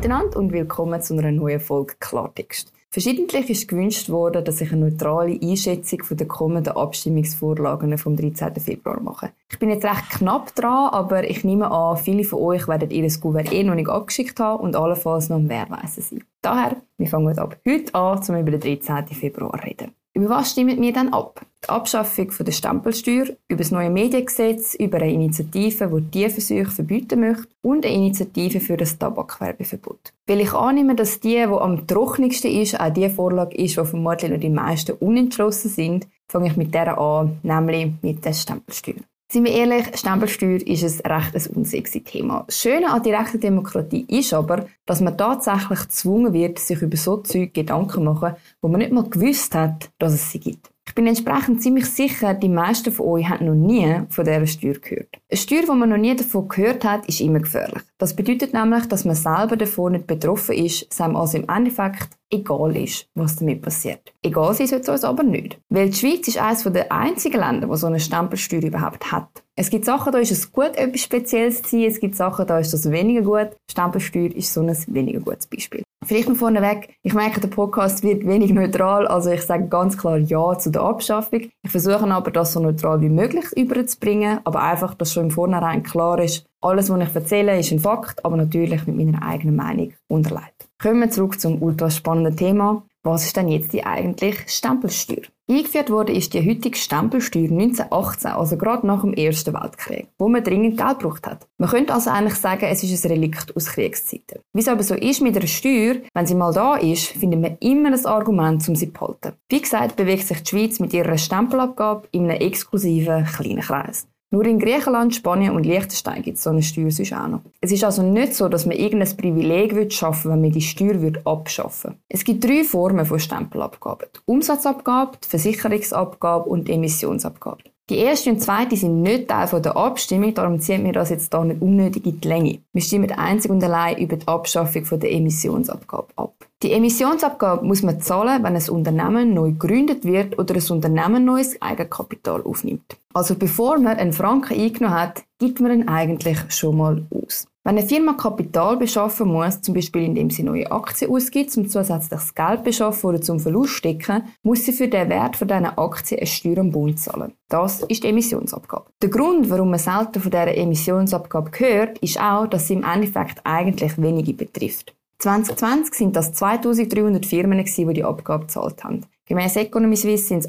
miteinander und willkommen zu einer neuen Folge Klartext. Verschiedentlich ist gewünscht worden, dass ich eine neutrale Einschätzung der kommenden Abstimmungsvorlagen vom 13. Februar mache. Ich bin jetzt recht knapp dran, aber ich nehme an, viele von euch werden ihr Kuvert noch nicht abgeschickt haben und allenfalls noch am Wehrweisen sein. Daher, wir fangen ab heute an, um über den 13. Februar zu reden. Über was stimmen wir dann ab? Die Abschaffung der Stempelsteuer, über das neue Mediengesetz, über eine Initiative, die Tierversuche verbieten möchte und eine Initiative für das Tabakwerbeverbot. Weil ich annehme, dass die am trockenigsten ist, auch die Vorlage ist, wo vermutlich noch die meisten unentschlossen sind, fange ich mit der an, nämlich mit der Stempelsteuer. Seien wir ehrlich, Stempelsteuer ist ein recht unsexy Thema. Das Schöne an direkter Demokratie ist aber, dass man tatsächlich gezwungen wird, sich über so Zeug Gedanken zu machen, wo man nicht mal gewusst hat, dass es sie gibt. Ich bin entsprechend ziemlich sicher, die meisten von euch haben noch nie von dieser Steuer gehört. Eine Steuer, die man noch nie davon gehört hat, ist immer gefährlich. Das bedeutet nämlich, dass man selber davon nicht betroffen ist, es einem also im Endeffekt egal ist, was damit passiert. Egal sein sollte es uns aber nicht. Weil die Schweiz ist eines der einzigen Länder, die so eine Stempelsteuer überhaupt hat. Es gibt Sachen, da ist es gut, etwas Spezielles zu sein. Es gibt Sachen, da ist das weniger gut. Stempelsteuer ist so ein weniger gutes Beispiel. Vielleicht noch vorneweg, ich merke, der Podcast wird wenig neutral, also ich sage ganz klar Ja zu der Abschaffung. Ich versuche aber, das so neutral wie möglich überzubringen, aber einfach, dass schon im Vornherein klar ist, alles, was ich erzähle, ist ein Fakt, aber natürlich mit meiner eigenen Meinung unterlegt. Kommen wir zurück zum ultra spannenden Thema. Was ist denn jetzt die eigentliche Stempelsteuer? Eingeführt wurde ist die heutige Stempelsteuer 1918, also gerade nach dem Ersten Weltkrieg, wo man dringend Geld gebraucht hat. Man könnte also eigentlich sagen, es ist ein Relikt aus Kriegszeiten. Wie es aber so ist mit einer Steuer, wenn sie mal da ist, findet man immer ein Argument, um sie zu behalten. Wie gesagt, bewegt sich die Schweiz mit ihrer Stempelabgabe in einem exklusiven kleinen Kreis. Nur in Griechenland, Spanien und Liechtenstein gibt es so eine Steuer sonst auch noch. Es ist also nicht so, dass man irgendein Privileg schaffen würde, wenn man die Steuer abschaffen würde. Es gibt 3 Formen von Stempelabgaben. Die Umsatzabgabe, die Versicherungsabgabe und die Emissionsabgabe. Die erste und zweite sind nicht Teil der Abstimmung, darum zieht mir das jetzt hier nicht unnötig in die Länge. Wir stimmen einzig und allein über die Abschaffung der Emissionsabgabe ab. Die Emissionsabgabe muss man zahlen, wenn ein Unternehmen neu gegründet wird oder ein Unternehmen neues Eigenkapital aufnimmt. Also bevor man einen Franken eingenommen hat, gibt man ihn eigentlich schon mal aus. Wenn eine Firma Kapital beschaffen muss, zum Beispiel indem sie neue Aktien ausgibt, um zusätzliches Geld beschaffen oder zum Verlust stecken, muss sie für den Wert von diesen Aktien eine Steuer am Bund zahlen. Das ist die Emissionsabgabe. Der Grund, warum man selten von dieser Emissionsabgabe hört, ist auch, dass sie im Endeffekt eigentlich wenige betrifft. 2020 sind das 2300 Firmen, die Abgabe gezahlt haben. Gemäss Economy Suisse sind es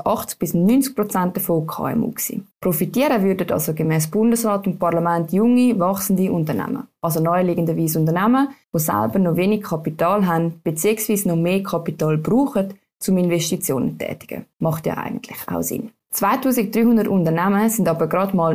80-90% davon KMU gewesen. Profitieren würden also gemäss Bundesrat und Parlament junge, wachsende Unternehmen. Also naheliegenderweise Unternehmen, die selber noch wenig Kapital haben, bzw. noch mehr Kapital brauchen, um Investitionen zu tätigen. Macht ja eigentlich auch Sinn. 2300 Unternehmen sind aber gerade mal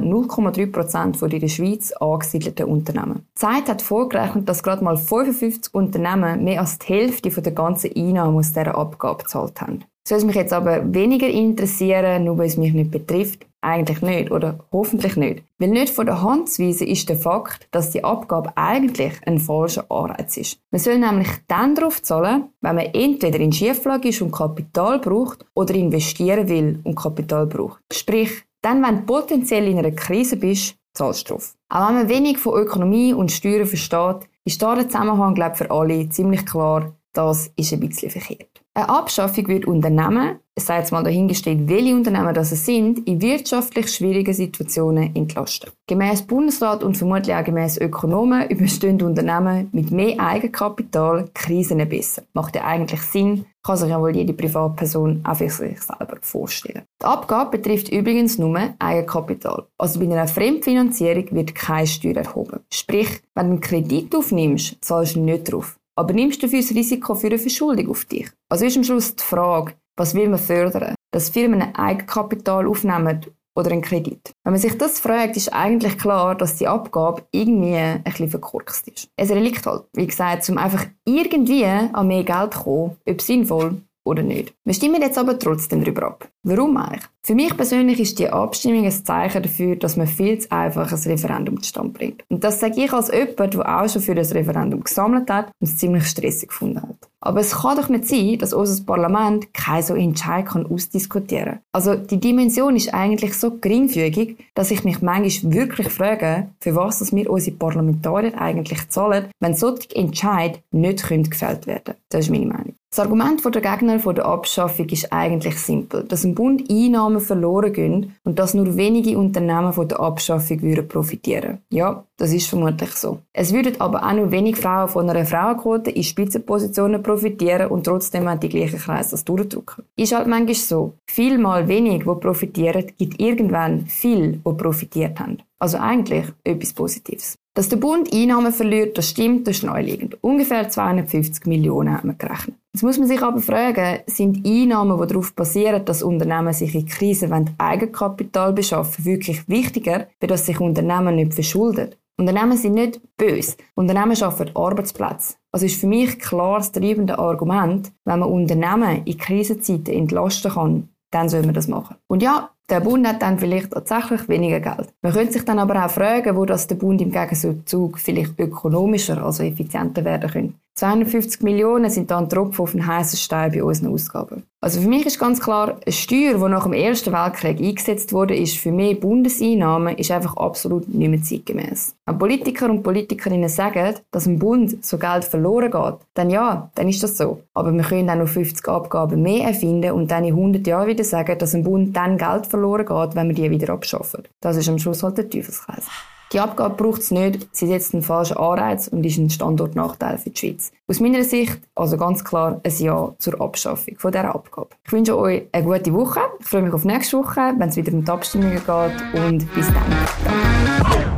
0,3% von in der Schweiz angesiedelten Unternehmen. Die Zeit hat vorgerechnet, dass gerade mal 55 Unternehmen mehr als die Hälfte von der ganzen Einnahmen aus dieser Abgabe gezahlt haben. Soll es mich jetzt aber weniger interessieren, nur weil es mich nicht betrifft? Eigentlich nicht, oder hoffentlich nicht. Weil nicht von der Hand zu weisen ist der Fakt, dass die Abgabe eigentlich ein falscher Anreiz ist. Man soll nämlich dann darauf zahlen, wenn man entweder in Schieflage ist und Kapital braucht oder investieren will und Kapital braucht. Sprich, dann, wenn du potenziell in einer Krise bist, zahlst du drauf. Auch wenn man wenig von Ökonomie und Steuern versteht, ist da der Zusammenhang, glaube ich, für alle ziemlich klar, das ist ein bisschen verkehrt. Eine Abschaffung wird Unternehmen, es sei jetzt mal dahingestellt, welche Unternehmen das sind, in wirtschaftlich schwierigen Situationen entlasten. Gemäss Bundesrat und vermutlich auch gemäss Ökonomen überstehen Unternehmen mit mehr Eigenkapital Krisen besser. Macht ja eigentlich Sinn, kann sich ja wohl jede Privatperson auch für sich selber vorstellen. Die Abgabe betrifft übrigens nur Eigenkapital. Also bei einer Fremdfinanzierung wird keine Steuer erhoben. Sprich, wenn du einen Kredit aufnimmst, zahlst du nicht drauf. Aber nimmst du dafür das Risiko für eine Verschuldung auf dich? Also ist am Schluss die Frage, was will man fördern? Dass Firmen ein Eigenkapital aufnehmen oder einen Kredit? Wenn man sich das fragt, ist eigentlich klar, dass die Abgabe irgendwie ein bisschen verkorkst ist. Ein Relikt halt, wie gesagt, um einfach irgendwie an mehr Geld zu kommen, ob sinnvoll oder nicht. Wir stimmen jetzt aber trotzdem darüber ab. Warum eigentlich? Für mich persönlich ist die Abstimmung ein Zeichen dafür, dass man viel zu einfach ein Referendum zustande bringt. Und das sage ich als jemand, der auch schon für das Referendum gesammelt hat und es ziemlich stressig gefunden hat. Aber es kann doch nicht sein, dass unser Parlament keinen so Entscheid ausdiskutieren kann. Also die Dimension ist eigentlich so geringfügig, dass ich mich manchmal wirklich frage, für was wir unsere Parlamentarier eigentlich zahlen, wenn solche Entscheide nicht gefällt werden können. Das ist meine Meinung. Das Argument der Gegner der Abschaffung ist eigentlich simpel, dass im Bund Einnahmen verloren gehen und dass nur wenige Unternehmen von der Abschaffung profitieren würden. Ja, das ist vermutlich so. Es würden aber auch nur wenige Frauen von einer Frauenquote in Spitzenpositionen profitieren und trotzdem die gleichen Kreise das durchdrücken. Ist halt manchmal so. Viel mal wenig, die profitieren, gibt irgendwann viel, die profitiert haben. Also eigentlich etwas Positives. Dass der Bund Einnahmen verliert, das stimmt, das ist naheliegend. Ungefähr 250 Millionen haben wir gerechnet. Jetzt muss man sich aber fragen, sind Einnahmen, die darauf basieren, dass Unternehmen sich in Krisen Eigenkapital beschaffen, wirklich wichtiger, für dass sich Unternehmen nicht verschulden? Unternehmen sind nicht böse. Unternehmen schaffen Arbeitsplätze. Also ist für mich klar das treibende Argument, wenn man Unternehmen in Krisenzeiten entlasten kann, dann soll man das machen. Und ja, der Bund hat dann vielleicht tatsächlich weniger Geld. Man könnte sich dann aber auch fragen, wo das der Bund im Gegenzug vielleicht ökonomischer, also effizienter werden könnte. 250 Millionen sind dann ein Tropfen auf den heißen Stein bei unseren Ausgaben. Also für mich ist ganz klar, eine Steuer, die nach dem Ersten Weltkrieg eingesetzt wurde, ist für mehr Bundeseinnahmen, ist einfach absolut nicht mehr zeitgemäß. Wenn Politiker und Politikerinnen sagen, dass im Bund so Geld verloren geht, dann ja, dann ist das so. Aber wir können auch noch 50 Abgaben mehr erfinden und dann in 100 Jahren wieder sagen, dass im Bund dann Geld verloren geht, wenn wir die wieder abschaffen. Das ist am Schluss halt der Teufelskreis. Die Abgabe braucht es nicht, sie setzt einen falschen Anreiz und ist ein Standortnachteil für die Schweiz. Aus meiner Sicht also ganz klar ein Ja zur Abschaffung von dieser Abgabe. Ich wünsche euch eine gute Woche. Ich freue mich auf nächste Woche, wenn es wieder um die Abstimmungen geht und bis dann. Danke.